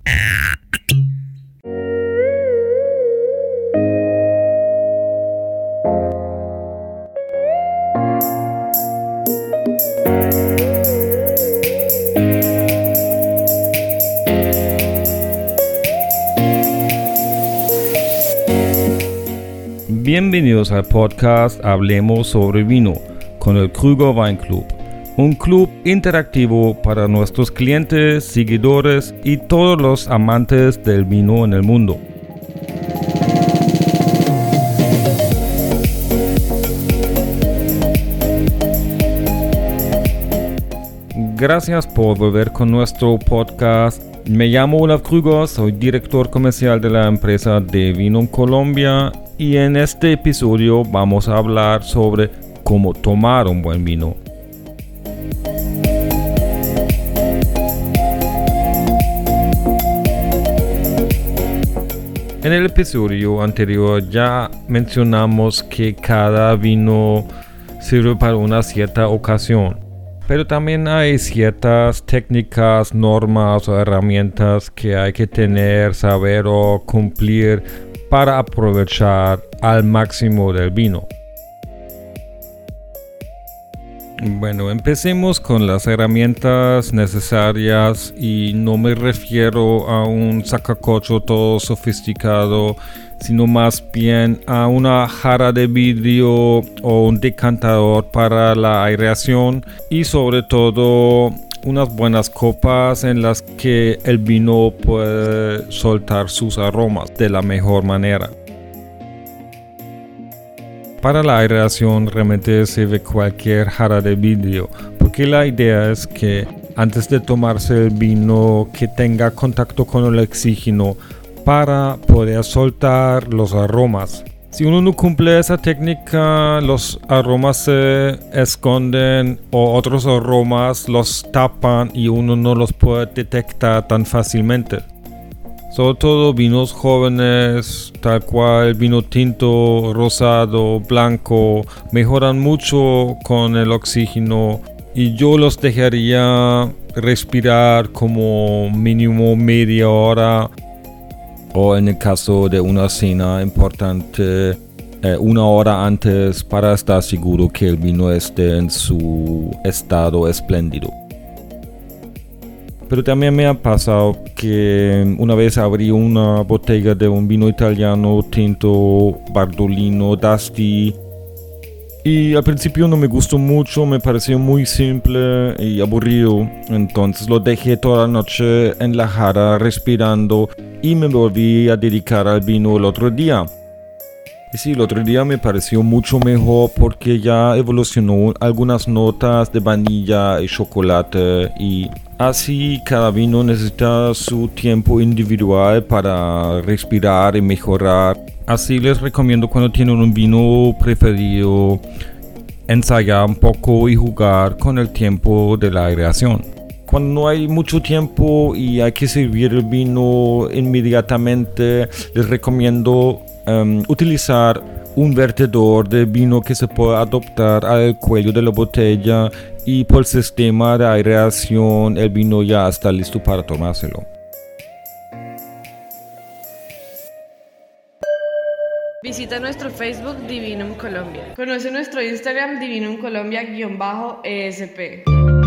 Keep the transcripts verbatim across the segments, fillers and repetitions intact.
Bienvenidos al podcast Hablemos sobre Vino con el Krüger Wine Club, un club interactivo para nuestros clientes, seguidores y todos los amantes del vino en el mundo. Gracias por volver con nuestro podcast. Me llamo Olaf Krüger, soy director comercial de la empresa De Vino Colombia y en este episodio vamos a hablar sobre cómo tomar un buen vino. En el episodio anterior ya mencionamos que cada vino sirve para una cierta ocasión. Pero también hay ciertas técnicas, normas o herramientas que hay que tener, saber o cumplir para aprovechar al máximo del vino. Bueno, empecemos con las herramientas necesarias y no me refiero a un sacacorcho todo sofisticado, sino más bien a una jarra de vidrio o un decantador para la aireación y sobre todo unas buenas copas en las que el vino puede soltar sus aromas de la mejor manera. Para la aireación realmente sirve cualquier jarra de vidrio, porque la idea es que antes de tomarse el vino que tenga contacto con el oxígeno para poder soltar los aromas. Si uno no cumple esa técnica, los aromas se esconden o otros aromas los tapan y uno no los puede detectar tan fácilmente. Sobre todo vinos jóvenes, tal cual vino tinto, rosado, blanco, mejoran mucho con el oxígeno y yo los dejaría respirar como mínimo media hora o en el caso de una cena importante eh, una hora antes para estar seguro que el vino esté en su estado espléndido. Pero también me ha pasado que una vez abrí una botella de un vino italiano tinto Bardolino d'Asti y al principio no me gustó mucho, me pareció muy simple y aburrido. Entonces lo dejé toda la noche en la jarra respirando y me volví a dedicar al vino el otro día. Y sí, el otro día me pareció mucho mejor porque ya evolucionó algunas notas de vainilla y chocolate y así cada vino necesita su tiempo individual para respirar y mejorar. Así les recomiendo cuando tienen un vino preferido ensayar un poco y jugar con el tiempo de la aireación. Cuando no hay mucho tiempo y hay que servir el vino inmediatamente, les recomiendo um, utilizar un vertedor de vino que se puede adaptar al cuello de la botella y por el sistema de aireación el vino ya está listo para tomárselo. Visita nuestro Facebook Divinum Colombia. Conoce nuestro Instagram Divinum Colombia-E S P.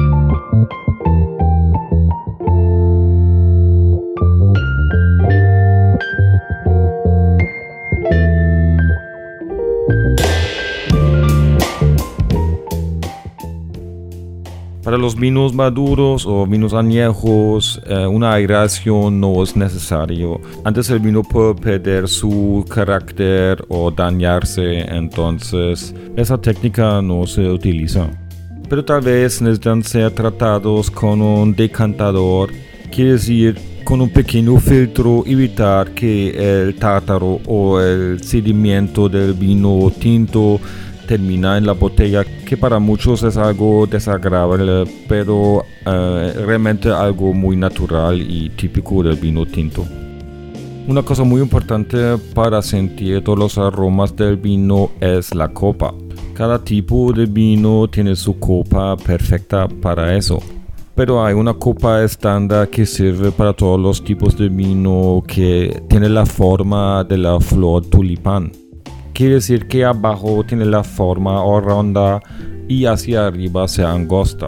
Para los vinos maduros o vinos añejos, eh, una aireación no es necesario. Antes el vino puede perder su carácter o dañarse, entonces esa técnica no se utiliza. Pero tal vez necesitan ser tratados con un decantador, quiere decir con un pequeño filtro evitar que el tártaro o el sedimento del vino tinto termina en la botella, que para muchos es algo desagradable, pero uh, realmente algo muy natural y típico del vino tinto. Una cosa muy importante para sentir todos los aromas del vino es la copa. Cada tipo de vino tiene su copa perfecta para eso. pero hay una copa estándar que sirve para todos los tipos de vino que tiene la forma de la flor tulipán. Quiere decir que abajo tiene la forma redonda y hacia arriba se angosta.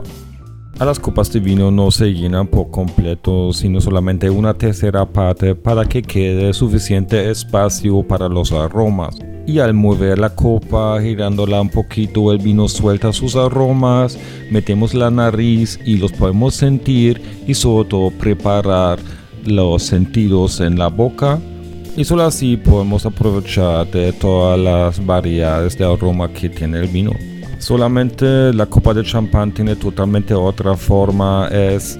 A las copas de vino no se llenan por completo, sino solamente una tercera parte para que quede suficiente espacio para los aromas. Y al mover la copa, girándola un poquito, el vino suelta sus aromas, metemos la nariz y los podemos sentir y sobre todo preparar los sentidos en la boca. Y solo así podemos aprovechar de todas las variedades de aroma que tiene el vino. Solamente la copa de champán tiene totalmente otra forma, es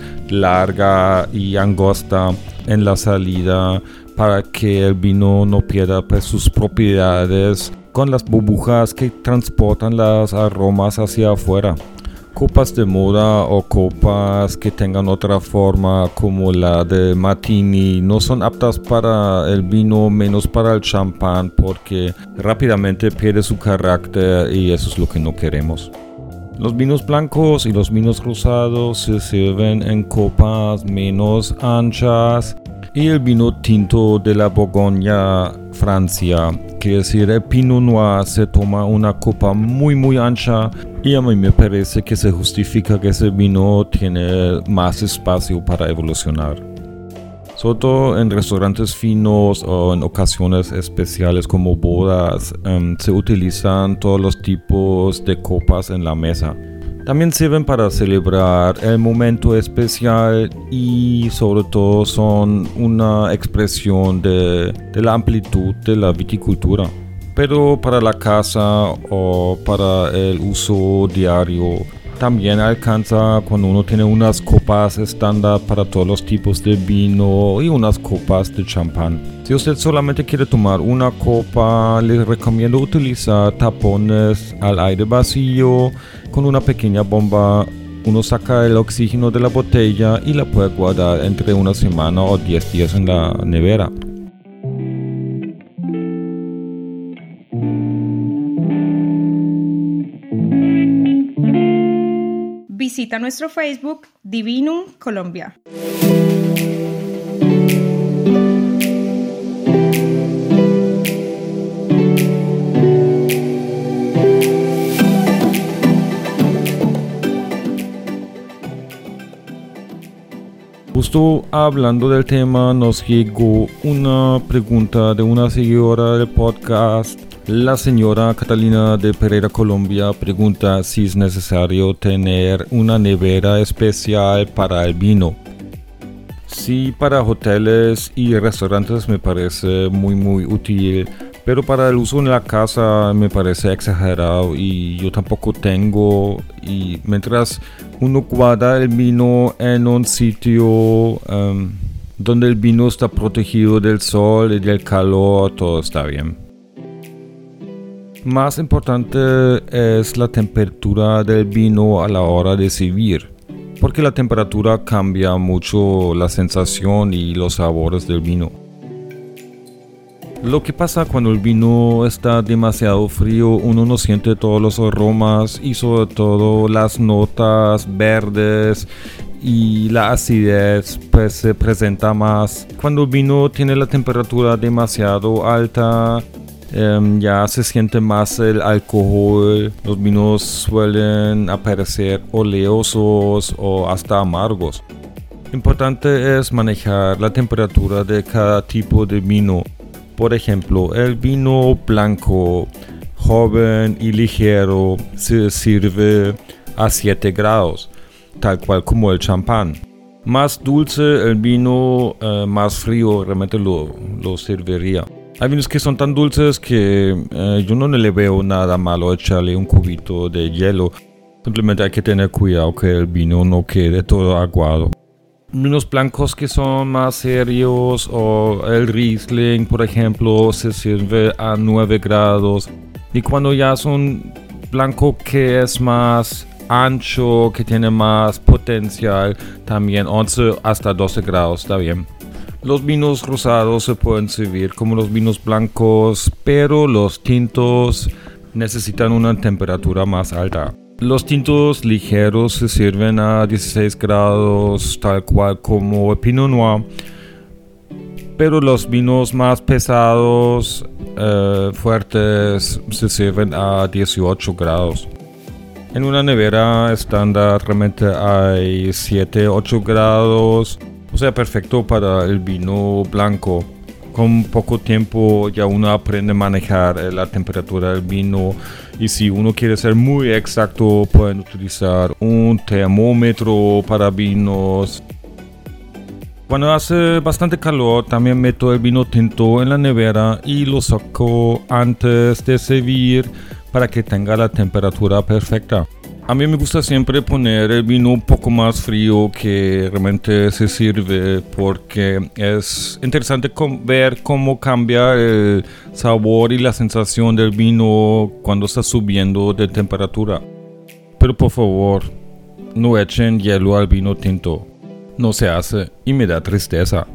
larga y angosta en la salida para que el vino no pierda pues, sus propiedades con las burbujas que transportan los aromas hacia afuera. Copas de moda o copas que tengan otra forma como la de martini no son aptas para el vino, menos para el champán, porque rápidamente pierde su carácter y eso es lo que no queremos. Los vinos blancos y los vinos rosados se sirven en copas menos anchas y el vino tinto de la Borgoña, Francia, quiere decir el Pinot Noir, se toma una copa muy muy ancha y a mí me parece que se justifica que ese vino tiene más espacio para evolucionar. Sobre todo en restaurantes finos o en ocasiones especiales como bodas, um, se utilizan todos los tipos de copas en la mesa. También sirven para celebrar el momento especial y sobre todo son una expresión de, de la amplitud de la viticultura. Pero para la casa o para el uso diario también alcanza cuando uno tiene unas copas estándar para todos los tipos de vino y unas copas de champán. Si usted solamente quiere tomar una copa, les recomiendo utilizar tapones al aire vacío con una pequeña bomba. Uno saca el oxígeno de la botella y la puede guardar entre una semana o diez días en la nevera. Visita nuestro Facebook Divinum Colombia. Justo hablando del tema, nos llegó una pregunta de una seguidora del podcast. La señora Catalina de Pereira, Colombia, pregunta si es necesario tener una nevera especial para el vino. Sí, para hoteles y restaurantes me parece muy muy útil, pero para el uso en la casa me parece exagerado y yo tampoco tengo. Y mientras uno guarda el vino en un sitio um, donde el vino está protegido del sol y del calor, todo está bien. Más importante es la temperatura del vino a la hora de servir, porque la temperatura cambia mucho la sensación y los sabores del vino. Lo que pasa cuando el vino está demasiado frío, uno no siente todos los aromas y sobre todo las notas verdes y la acidez pues se presenta más. Cuando el vino tiene la temperatura demasiado alta, Um, ya se siente más el alcohol, los vinos suelen aparecer oleosos o hasta amargos. Importante es manejar la temperatura de cada tipo de vino. Por ejemplo, el vino blanco, joven y ligero se sirve a siete grados, tal cual como el champán. Más dulce el vino, uh, más frío realmente lo, lo serviría. Hay vinos que son tan dulces que eh, yo no le veo nada malo echarle un cubito de hielo. Simplemente hay que tener cuidado que el vino no quede todo aguado. Vinos blancos que son más serios o el Riesling, por ejemplo, se sirve a nueve grados. Y cuando ya son blanco que es más ancho, que tiene más potencial, también once hasta doce grados está bien. Los vinos rosados se pueden servir como los vinos blancos, pero los tintos necesitan una temperatura más alta. Los tintos ligeros se sirven a dieciséis grados, tal cual como el Pinot Noir. Pero los vinos más pesados, eh, fuertes, se sirven a dieciocho grados. En una nevera estándar realmente hay siete a ocho grados, o sea, perfecto para el vino blanco. Con poco tiempo ya uno aprende a manejar la temperatura del vino, y si uno quiere ser muy exacto pueden utilizar un termómetro para vinos. Cuando hace bastante calor también meto el vino tinto en la nevera y lo saco antes de servir para que tenga la temperatura perfecta. A mí me gusta siempre poner el vino un poco más frío que realmente se sirve, porque es interesante com- ver cómo cambia el sabor y la sensación del vino cuando está subiendo de temperatura. Pero por favor, no echen hielo al vino tinto. No se hace y me da tristeza.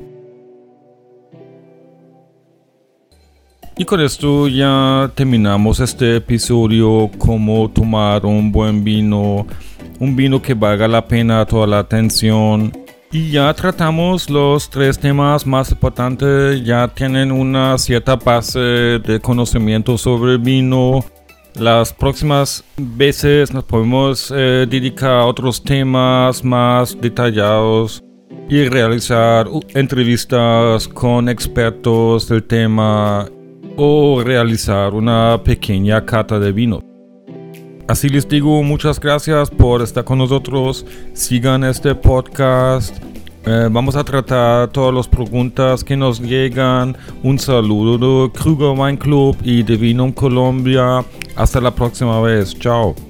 Y con esto ya terminamos este episodio, cómo tomar un buen vino, un vino que valga la pena toda la atención. Y ya tratamos los tres temas más importantes, ya tienen una cierta base de conocimiento sobre el vino. Las próximas veces nos podemos eh, dedicar a otros temas más detallados y realizar uh, entrevistas con expertos del tema, o realizar una pequeña cata de vino. Así les digo, muchas gracias por estar con nosotros. Sigan este podcast. Eh, vamos a tratar todas las preguntas que nos llegan. Un saludo de Kruger Wine Club y de Divinum Colombia. Hasta la próxima vez. Chao.